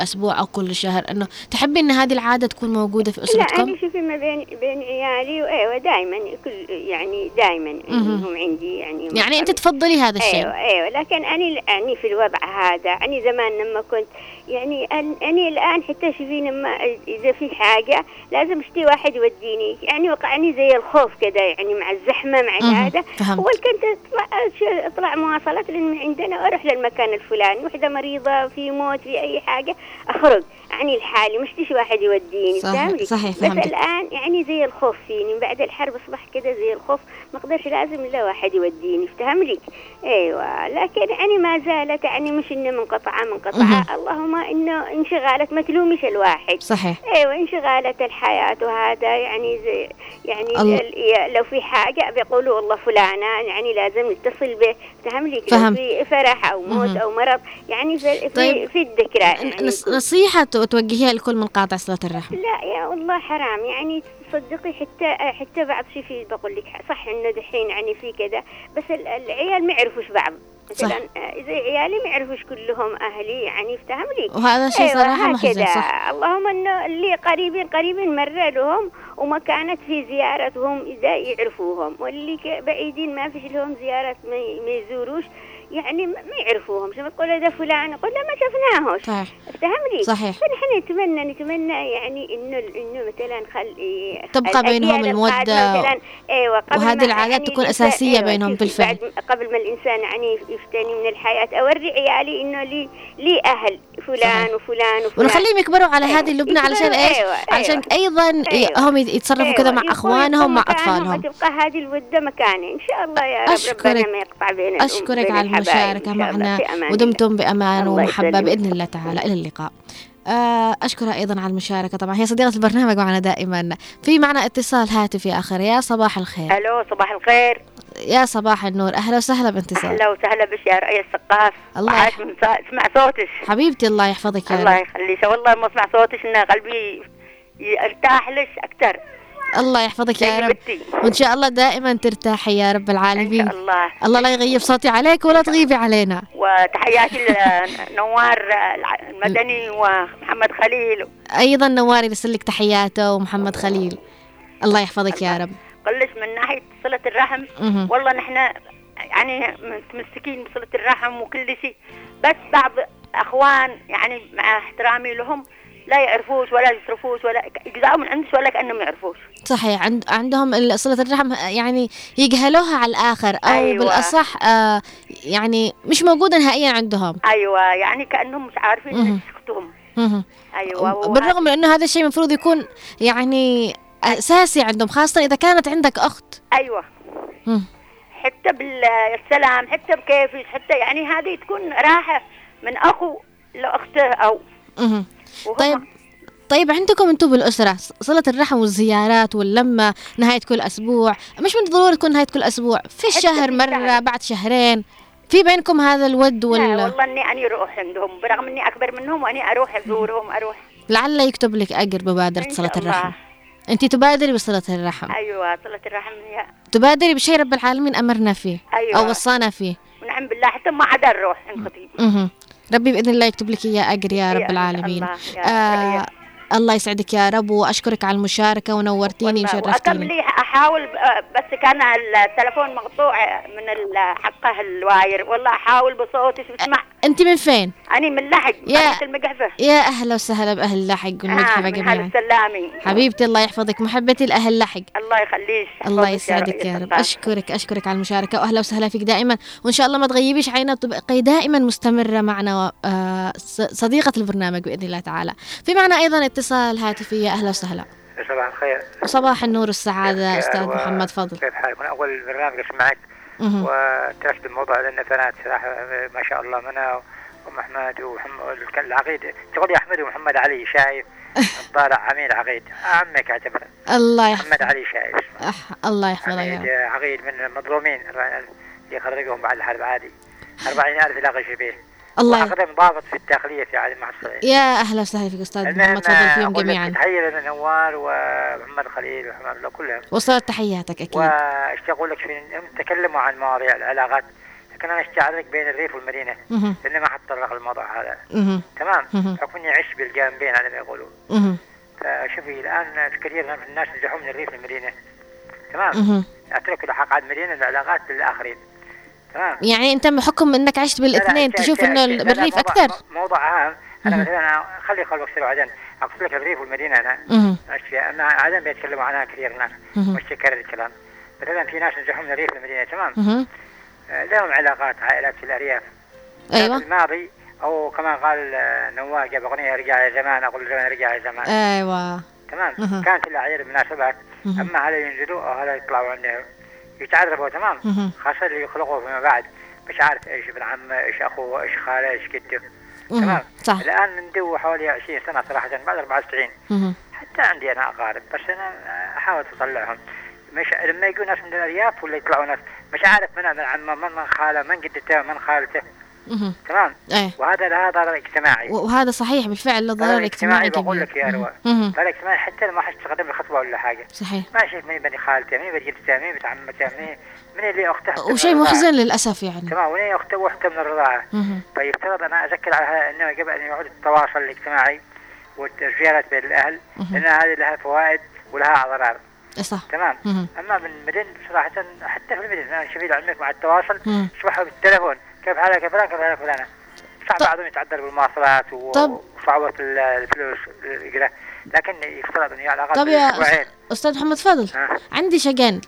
كل شهر، انه تحبي ان هذه العادة تكون موجودة في لا اسرتكم؟ أنا شوفي ما بين بين عيالي وأيوة دائما كل يعني دائما هم عندي يعني يعني انت تفضلي هذا الشيء؟ ايوه ايوه لكن اني اني في الوضع هذا اني زمان لما كنت يعني اني الان حتى شوفي لما اذا في حاجه لازم اشتي واحد يوديني، يعني وقعني زي الخوف كذا يعني مع الزحمه مع هذا. اول كنت اطلع اطلع مواصلات لان عندنا اروح للمكان الفلاني، وحده مريضه في موت في اي حاجه اخرج يعني لحالي مشتيش واحد يوديني. صحيح صحيح بس الان يعني زي الخوف فيني من بعد الحرب اصبح كذا زي الخوف، ما اقدرش لازم لا واحد يوديني افتهم لك. ايوه لكن يعني ما زالت يعني مش انه منقطعه منقطعه اللهم انه انشغالات ما تلومش الواحد. صحيح. ايوه انشغالات الحياه وهذا يعني زي يعني ال... لو في حاجه بيقولوا والله فلانه يعني لازم نتصل به افتهم لك. لو في فرح او موت او مرض يعني في طيب. في الذكرى يعني نصيحه توجهيها لكل من قاطع صله الرحم؟ لا يا والله حرام يعني تصدقي حتى حتى بعض شيء في بقول لك صح انه دحين يعني في كذا، بس العيال ما يعرفوش بعض مثلا اذا عيالي ما يعرفوش كلهم اهلي يعني افتهم لي، وهذا شيء أيوة صراحه محزن. صح اللهم انه اللي قريبين قريبين مره لهم وما كانت في زيارتهم اذا يعرفوهم، واللي بعيدين ما فيش لهم زيارات ما يزوروش يعني ما يعرفوهم. شو بتقول هذا فلان يقول لا ما شفناهوش. صحيح افتهمني. صحيح. فنحن نتمنى نتمنى يعني انه انه مثلا خل تبقى بينهم الموده مثلا ايوه قبل وهذه العادات يعني تكون اساسيه أيوة بينهم بالفعل. قبل ما الانسان يعني يفتني من الحياه اوري عيالي انه لي لي اهل فلان صحيح. وفلان وفلان ونخليهم يكبروا على أيوة. هذه اللبنه علشان ايش؟ أيوة. علشان ايضا أيوة. هم يتصرفوا أيوة. كذا مع اخوانهم مع اطفالهم. تبقى هذه الوده مكانه ان شاء الله يا رب. ربنا ما يقطع بين اشكرك على المشاركه معنا ودمتم بامان ومحبه باذن الله تعالى. الى اللقاء. أشكرها أيضا على المشاركة. طبعا هي صديقة البرنامج معنا دائما. في معنا اتصال هاتفي آخر. يا صباح الخير. ألو صباح الخير. يا صباح النور. أهلا وسهلا بانتصار. أهلا وسهلا بش يا رؤية الثقاف. الله عاش من اسمع صوتك حبيبتي. الله يحفظك يا رب. الله يخليك والله ما اسمع صوتك إن قلبي يرتاح لش أكثر. الله يحفظك يا رب وإن شاء الله دائما ترتاحي يا رب العالمين. إن شاء الله. الله لا يغيب صوتي عليك ولا تغيبي علينا. وتحياتي لنوار المدني ومحمد خليل. أيضا نوار يرسل لك تحياته ومحمد خليل. الله يحفظك يا رب. قلش من ناحية صلة الرحم م- والله نحن يعني متمسكين بصلة الرحم وكل شيء، بس بعض أخوان يعني مع احترامي لهم لا يعرفوش ولا يصرفوش ولا يجزعوا من عندش ولا كأنهم يعرفوش. صحيح. عند عندهم صلة الرحم يعني يجهلوها على الآخر أو أيوة. بالأصح آه يعني مش موجودة نهائيا عندهم. أيوة يعني كأنهم مش عارفين أختهم. أيوة. بالرغم من أنه هذا الشيء مفروض يكون يعني أساسي عندهم، خاصة إذا كانت عندك أخت. أيوة. مم. حتى بالسلام حتى بكيفش حتى يعني هذه تكون راحة من أخو لأخته أو. طيب طيب عندكم انتم بالأسرة صلة الرحم والزيارات واللمة نهاية كل أسبوع؟ مش من ضروري تكون نهاية كل أسبوع، في الشهر مرة شهر. بعد شهرين في بينكم هذا الود وال لا والله إني أنا أروح عندهم برغم إني أكبر منهم وأنا أروح أزورهم أروح. لعل يكتب لك أجر ببادرة صلة الرحم. أنت تبادري بصلة الرحم. أيوة صلة الرحم هي تبادري بشيء رب العالمين أمرنا فيه. أيوة. أو وصانا فيه. ونعم بالله حتى ما عدا نروح عند خطيب. ربي بإذن الله يكتب لك إياه أجر يا رب العالمين. الله, يا آه الله يسعدك يا رب وأشكرك على المشاركة ونورتيني وشرفتيني. لي أحاول بس كان التلفون مقطوع من حقه الواير والله أحاول بصوتي بسمع. أنت من فين؟ أنا من لحق يا المقحفة. يا أهلا وسهلا بأهل لحق والمقحفة آه جميعا. من السلامي حبيبتي الله يحفظك محبتي الأهل لحق. الله يخليك. الله يسعدك يا رب. أشكرك أشكرك على المشاركة وأهلا وسهلا فيك دائما وإن شاء الله ما تغيبيش عينا تبقي دائما مستمرة معنا آه صديقة البرنامج بإذن الله تعالى. في معنا أيضا اتصال هاتفي. يا أهلا وسهلا. صباح الخير. صباح النور والسعادة أستاذ و... محمد فضل. كيف حالك؟ من أول البرنامج أسمعك وتركت الموضوع لأن ثلاث صراحة ما شاء الله منها أم أحمد ومحمد العقيد تقول يا أحمد ومحمد علي شايف طالع عميد عقيد عمك اعتبر. الله يحفظ. محمد علي شايف. أح... الله يحفظه يا رب. عقيد من المظلومين اللي خرجوهم بعد الحرب عادي أربعين ألف لا غش فيه. الله أقدم ضابط في الداخلية في عالم محصل. يا أهلا وسهلا فيك أستاذ محمد فضل فيهم جميعا. تحية لنوار ومحمد خليل وحمد الله كلهم. وصلت تحياتك أكيد. وأشتاق لك في تكلموا عن مواضيع العلاقات كنا نشتعلق بين الريف والمدينة لأن ما حتطرق الموضوع هذا. تمام. حكم إني أعيش بالجانبين على ما يقولوا. فشوفي الآن كثير من الناس يزحوا من الريف للمدينة. تمام. أتركوا الحق على المدينة العلاقات للآخرين. تمام. يعني أنت بحكم إنك عشت بالاثنين تشوف إنه بالريف أكثر. موضوع هام. أنا مثلا خلي خلوا أكثر بعدين أقصد لك الريف والمدينة أنا. أشياء أنا عادة بيتكلموا عنها كثير ناس. مش تكرر الكلام. مثلا في ناس يزحوا من الريف للمدينة. تمام. لهم علاقات عائلات في الأرياف. أيوة. في الماضي أو كما قال نواف جاب أغنية رجع يا زمان أقول زمان رجع يا زمان. أيوة. تمام. مه. كانت الأعياد المناسبات أما هذا ينزلوا أو هذا يطلعوا عنده يتعرفوا. تمام. مه. خاصة اللي يخلقوا فيما بعد مش عارف إيش ابن عمه إيش أخوه إيش خاله إيش جده. تمام. صح. الآن ندو حوالي عشرين سنة صراحة بعد أربعة وتسعين. حتى عندي أنا أقارب بس أنا أحاول أطلعهم. مش لما يجوا ناس من الأرياف ولا يطلعوا ناس مش عارف من من عمه من من خاله من جدته من خالته. تمام. أيه. وهذا لها ضرر اجتماعي. وهذا صحيح بالفعل له ضرر اجتماعي كبير. بقول لك يا رواء ضرر اجتماعي حتى لما حد تقدم الخطبة ولا حاجة. صحيح. ما شايف مين بني خالته مين بني جدته مين بنت عمته مين من اللي أخته. وشيء محزن للأسف يعني. تمام. وين أخته وأخته من الرضاعة. فيفترض أنا أذكر على إنه يجب أن يعود التواصل الاجتماعي والزيارات بين الأهل لأن هذه لها فوائد ولها أضرار. صح. تمام. مم. أما بالمدن صراحة حتى في المدن أنا شبيه عندك مع التواصل شبحوا بالتلفون كيف حالك كيف فلان كيف حالك فلانة. صعب بعضهم يتعذر بالمواصلات وصعوبة الفلوس الإجراء لكن يفترض أن علاقات. طب يا أستاذ محمد فضل آه. عندي شجن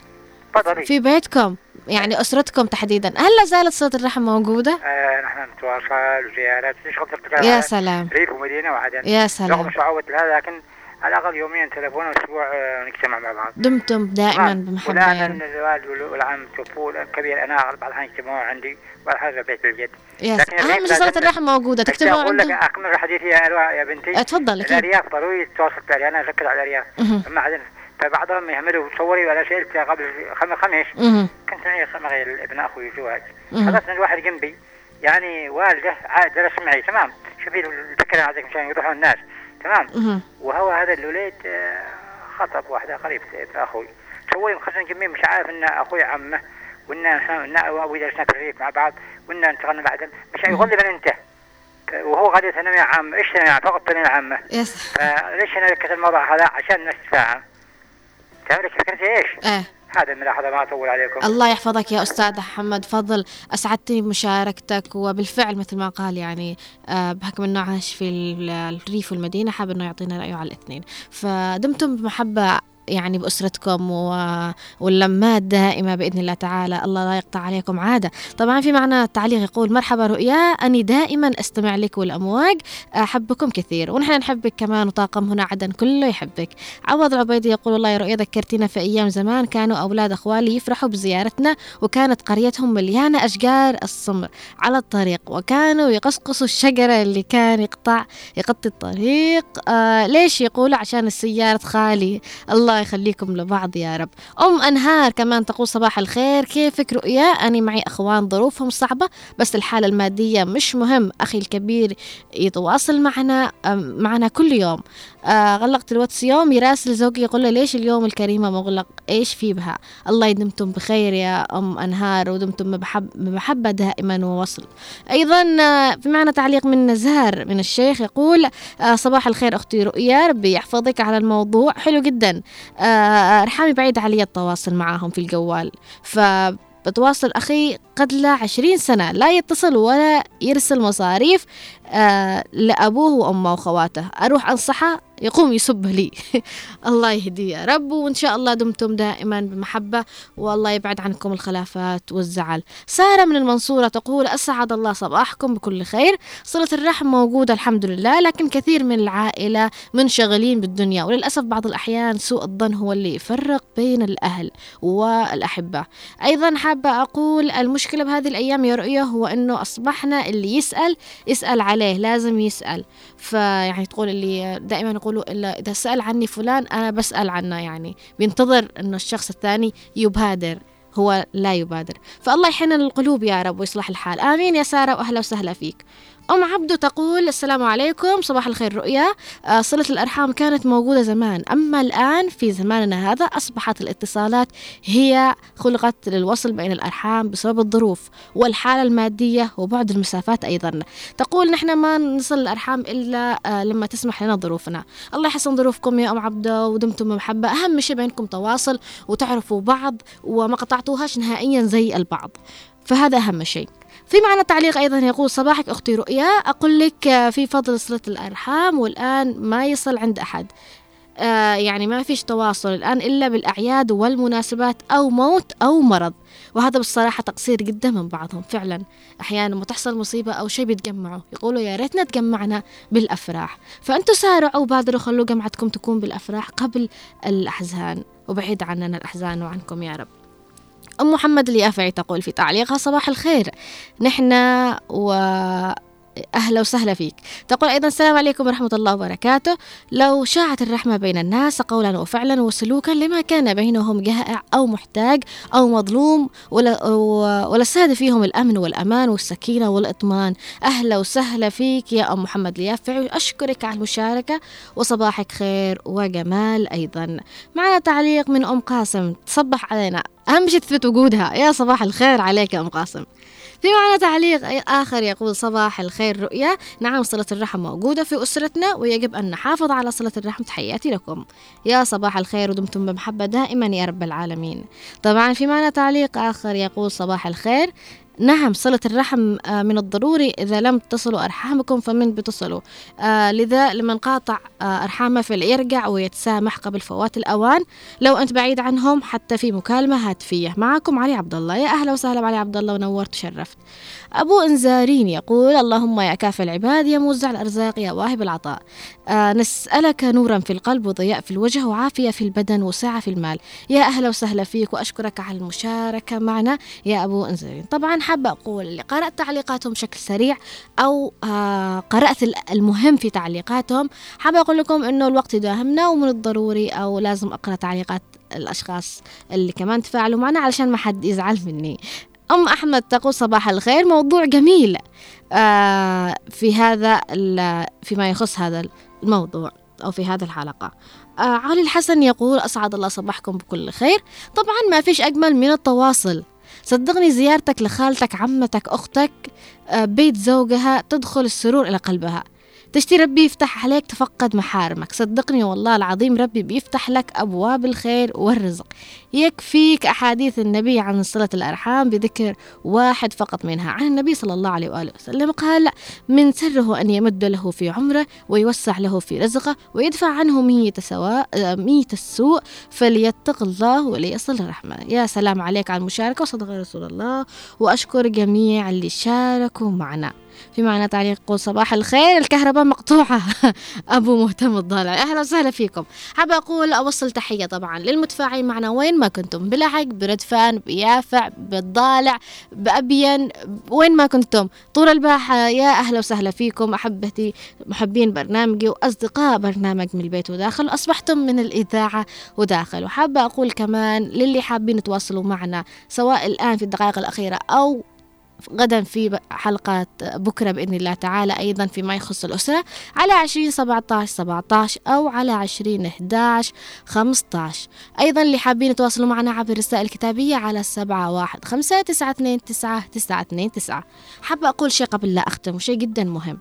في بيتكم يعني أسرتكم تحديدا هل لا زالت صلة الرحم موجودة؟ آه نحن نتواصل وزيارات يا سلام ريف ومدينة وعدن يا سلام رغم صعوبة هذا لكن على الأقل يوميا تلفون وأسبوع نجتمع مع بعض. دمتم دائما بمحبة. والآن الوالد والعم توفوا الكبير أنا بعض الأحيان يجتمعوا عندي بعض الأحيان بيت الجد. لكن أهم صلة الرحم موجودة تكتبوا عندهم. أقول لك أكمل حديثي يا يا بنتي. أتفضل. الأرياف ضروري تتواصل بالأرياف أنا أذكر على الأرياف. أما عدن فبعضهم يهملوا صوري ولا شيء قبل خمس خميس كنت معي خمغي ابن أخوي زواج حضرتنا الواحد جنبي يعني والده درس معي. تمام. شوفي الفكرة هذيك مشان يروحوا الناس. تمام. وهو هذا الوليد خطب واحدة قريبة ابن أخوي سوي مخزن جميل مش عارف إن أخوي عمه وإن إن أبوي درسنا في الريف مع بعض وإن انتقلنا بعدين مش يقول لي من أنت وهو قاعد ثانوية عامة إيش ثانوية عامة فقط ثانوية عامة. فليش أنا ركزت الموضوع هذا عشان الناس تفهم. تعرف فكرتي إيش؟ إيه. هذا الملاحظة ما أطول عليكم. الله يحفظك يا أستاذ محمد فضل أسعدتني بمشاركتك وبالفعل مثل ما قال يعني بحكم أنه عاش في الريف والمدينة حاب أنه يعطينا رأيه على الاثنين فدمتم بمحبة يعني بأسرتكم و... واللمات دائمة بإذن الله تعالى الله لا يقطع عليكم عادة. طبعا في معنى التعليق يقول مرحبا رؤيا أني دائما أستمع لك والأمواج أحبكم كثير ونحن نحبك كمان وطاقم هنا عدن كله يحبك. عوض العبيدي يقول الله يا رؤيا ذكرتنا في أيام زمان كانوا أولاد أخوالي يفرحوا بزيارتنا وكانت قريتهم مليانة أشجار الصمر على الطريق وكانوا يقصقصوا الشجرة اللي كان يقطع يقطي الطريق آه ليش يقولوا عشان السيارة خالي. الله يخليكم لبعض يا رب. أم أنهار كمان تقول صباح الخير كيفك رؤيا أنا معي أخوان ظروفهم صعبة بس الحالة المادية مش مهم أخي الكبير يتواصل معنا معنا كل يوم. آه غلقت الواتس يوم يراسل زوجي يقول له ليش اليوم الكريمة مغلق إيش في بها. الله يدمتم بخير يا أم أنهار ودمتم بمحبة دائما ووصل. أيضا في معنا تعليق من نزار من الشيخ يقول آه صباح الخير أختي رؤيا ربي يحفظك على الموضوع حلو جدا. آه رحامي بعيد علي التواصل معاهم في الجوال فبتواصل أخي قد لا عشرين سنة لا يتصل ولا يرسل مصاريف آه لأبوه وأمه وخواته أروح أنصحه يقوم يسب لي. الله يهديه يا رب وإن شاء الله دمتم دائما بمحبة والله يبعد عنكم الخلافات والزعل. سارة من المنصورة تقول أسعد الله صباحكم بكل خير صلة الرحم موجودة الحمد لله لكن كثير من العائلة منشغلين بالدنيا وللأسف بعض الأحيان سوء الظن هو اللي يفرق بين الأهل والأحبة. أيضا حابة أقول المشكلة بهذه الأيام يا رؤية هو أنه أصبحنا اللي يسأل يسأل عليه لازم يسأل فيعني تقول اللي دائما يقول إلا إذا سأل عني فلان أنا بسأل عنه يعني بينتظر أنه الشخص الثاني يبادر هو لا يبادر. فالله يحنن القلوب يا رب ويصلح الحال آمين يا سارة وأهلا وسهلا فيك. أم عبدو تقول السلام عليكم، صباح الخير رؤيا. آه صلة الأرحام كانت موجودة زمان، أما الآن في زماننا هذا أصبحت الاتصالات هي خلقت للوصل بين الأرحام بسبب الظروف والحالة المادية وبعد المسافات أيضا. تقول نحن ما نصل الأرحام إلا آه لما تسمح لنا ظروفنا. الله يحسن ظروفكم يا أم عبدو ودمتم محبة. أهم شيء بينكم تواصل وتعرفوا بعض وما قطعتوهاش نهائيا زي البعض، فهذا أهم شيء. في معنا تعليق أيضا يقول صباحك أختي رؤيا، أقول لك في فضل صلة الأرحام والآن ما يصل عند أحد، آه يعني ما فيش تواصل الآن إلا بالأعياد والمناسبات أو موت أو مرض، وهذا بالصراحة تقصير جدا من بعضهم فعلا. أحيانا ما تحصل مصيبة أو شيء بيتجمعوا يقولوا يا ريتنا تجمعنا بالأفراح، فأنتوا سارعوا وبادروا خلوا جمعتكم تكون بالأفراح قبل الأحزان، وبعيد عننا الأحزان وعنكم يا رب. أم محمد اليافعي تقول في تعليقها صباح الخير، نحن و أهلا وسهلا فيك. تقول أيضا السلام عليكم ورحمة الله وبركاته. لو شاعت الرحمة بين الناس قولا وفعلا وسلوكا لما كان بينهم جائع أو محتاج أو مظلوم، ولساد فيهم الأمن والأمان والسكينة والإطمئنان. أهلا وسهلا فيك يا أم محمد اليافعي، أشكرك على المشاركة وصباحك خير وجمال. أيضا معنا تعليق من أم قاسم تصبح علينا، أهم شيء تثبت وجودها. يا صباح الخير عليك يا أم قاسم. في معنا تعليق آخر يقول صباح الخير رؤيا، نعم صلة الرحم موجودة في أسرتنا ويجب أن نحافظ على صلة الرحم، تحياتي لكم. يا صباح الخير ودمتم بمحبة دائما يا رب العالمين. طبعا في معنا تعليق آخر يقول صباح الخير، نعم صلة الرحم من الضروري، إذا لم تصلوا أرحامكم فمن بتصلوا، آه لذا لمن قاطع آه أرحامه فليرجع ويتسامح قبل فوات الأوان لو أنت بعيد عنهم حتى في مكالمة هاتفية. معكم علي عبد الله. يا أهلا وسهلا علي عبد الله ونورت وشرفت. أبو إنزارين يقول اللهم يا كافي العباد يا موزع الأرزاق يا واهب العطاء، آه نسألك نورا في القلب وضياء في الوجه وعافية في البدن وسعة في المال. يا أهلا وسهلا فيك وأشكرك على المشاركة معنا يا أبو إنزارين. طبعا حابة أقول قرأت تعليقاتهم بشكل سريع أو آه قرأت المهم في تعليقاتهم. حابة أقول لكم أنه الوقت يداهمنا ومن الضروري أو لازم أقرأ تعليقات الأشخاص اللي كمان تفاعلوا معنا علشان ما حد يزعل مني. أم أحمد تقول صباح الخير، موضوع جميل آه في هذا فيما يخص هذا الموضوع أو في هذه الحلقة. آه علي الحسن يقول أسعد الله صباحكم بكل خير. طبعا ما فيش أجمل من التواصل، صدقني زيارتك لخالتك عمتك أختك آه بيت زوجها تدخل السرور إلى قلبها، تشتي ربي يفتح عليك تفقد محارمك، صدقني والله العظيم ربي بيفتح لك أبواب الخير والرزق. يكفيك أحاديث النبي عن صلة الأرحام بذكر واحد فقط منها عن النبي صلى الله عليه وآله وسلم قال من سره أن يمد له في عمره ويوسع له في رزقه ويدفع عنه مية سواء مية السوء فليتق الله وليصل الرحمة. يا سلام عليك على المشاركة وصدق رسول الله، وأشكر جميع اللي شاركوا معنا. في معنى تعليق يقول صباح الخير الكهرباء مقطوعة أبو مهتم الضالع. أهلا وسهلا فيكم. حابة أقول أوصل تحية طبعا للمتفاعلين معنا وين ما كنتم، بلحق بردفان بيافع بالضالع بأبين وين ما كنتم طول الباحة. يا أهلا وسهلا فيكم أحبتي محبين برنامجي وأصدقاء برنامج من البيت وداخل، أصبحتم من الإذاعة وداخل. وحابة أقول كمان للي حابين يتواصلوا معنا سواء الآن في الدقائق الأخيرة أو غدا في حلقات بكرة بإذن الله تعالى أيضا فيما يخص الأسرة على عشرين سبعة عشر سبعة عشر أو على عشرين إحدى عشر خمسة عشر. أيضا اللي حابين يتواصلوا معنا عبر الرسائل الكتابية على سبعة واحد خمسة تسعة اثنين تسعة تسعة اثنين تسعة. حابة أقول شيء قبل لا أختم، وشيء جدا مهم،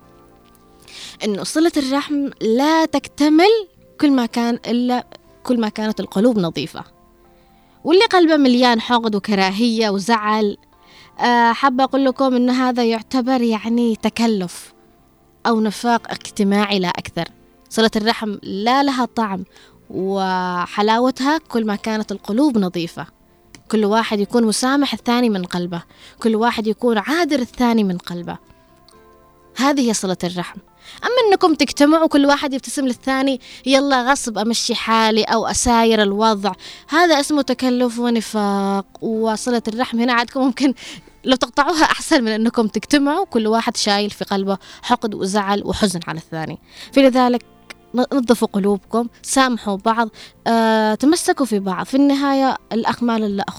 إنه صلة الرحم لا تكتمل كل ما كان إلا كل ما كانت القلوب نظيفة، واللي قلبه مليان حقد وكراهية وزعل أه حابة أقول لكم إن هذا يعتبر يعني تكلف أو نفاق اجتماعي لا أكثر. صلة الرحم لا لها طعم وحلاوتها كل ما كانت القلوب نظيفة، كل واحد يكون مسامح الثاني من قلبه، كل واحد يكون عادر الثاني من قلبه. هذه هي صلة الرحم. أما أنكم تجتمعوا كل واحد يبتسم للثاني يلا غصب أمشي حالي أو أساير الوضع، هذا اسمه تكلف ونفاق. وصلة الرحم هنا عادكم ممكن لو تقطعوها أحسن من أنكم تجتمعوا كل واحد شايل في قلبه حقد وزعل وحزن على الثاني. فلذلك نظفوا قلوبكم، سامحوا بعض، آه، تمسكوا في بعض. في النهاية الأخ مال إلا أخوه،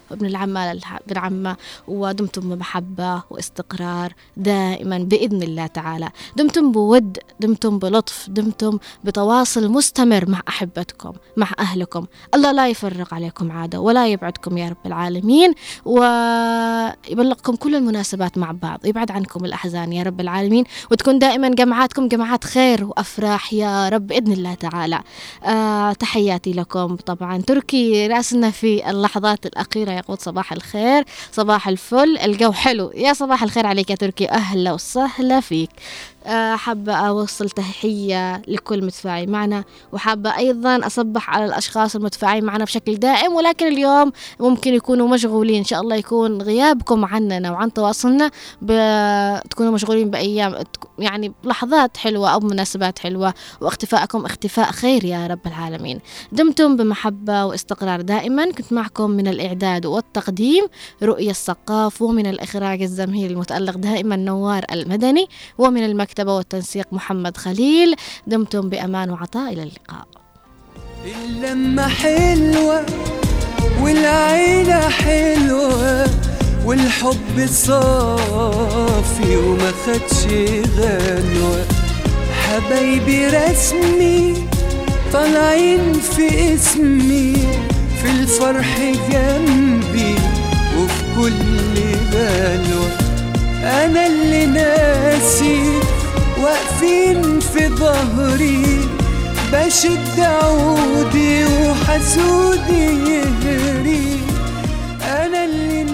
وابن العمة للابن العمة، ودمتم بمحبة واستقرار دائما بإذن الله تعالى، دمتم بود، دمتم بلطف، دمتم بتواصل مستمر مع أحبتكم مع أهلكم. الله لا يفرق عليكم عادة ولا يبعدكم يا رب العالمين، ويبلغكم كل المناسبات مع بعض، يبعد عنكم الأحزان يا رب العالمين، وتكون دائما جمعاتكم جمعات خير وأفراح يا رب بإذن الله تعالى. آه تحياتي لكم. طبعا تركي راسنا في اللحظات الأخيرة يقول صباح الخير، صباح الفل، الجو حلو، يا صباح الخير عليك يا تركي، أهلا وسهلا فيك. أه حابة أوصل تحية لكل متفاعل معنا، وحابة أيضا أصبح على الأشخاص المتفاعلين معنا بشكل دائم، ولكن اليوم ممكن يكونوا مشغولين. إن شاء الله يكون غيابكم عننا وعن تواصلنا تكونوا مشغولين بأيام يعني لحظات حلوة أو مناسبات حلوة، واختفاءكم اختفاء خير يا رب العالمين. دمتم بمحبة واستقرار دائما. كنت معكم من الإعداد والتقديم رؤية السقاف، ومن الإخراج الزميل المتألق دائما نوار المدني، ومن المكتبة والتنسيق محمد خليل. دمتم بأمان وعطاء، إلى اللقاء. اللمة حلوة والعيلة حلوة والحب صافي وما خدش غنوة، حبايبي رسمي طالعين في اسمي، في الفرح جنبي وفي كل بلوة، أنا اللي ناسي واقفين في ظهري، بشد عودي وحسودي يهري، أنا اللي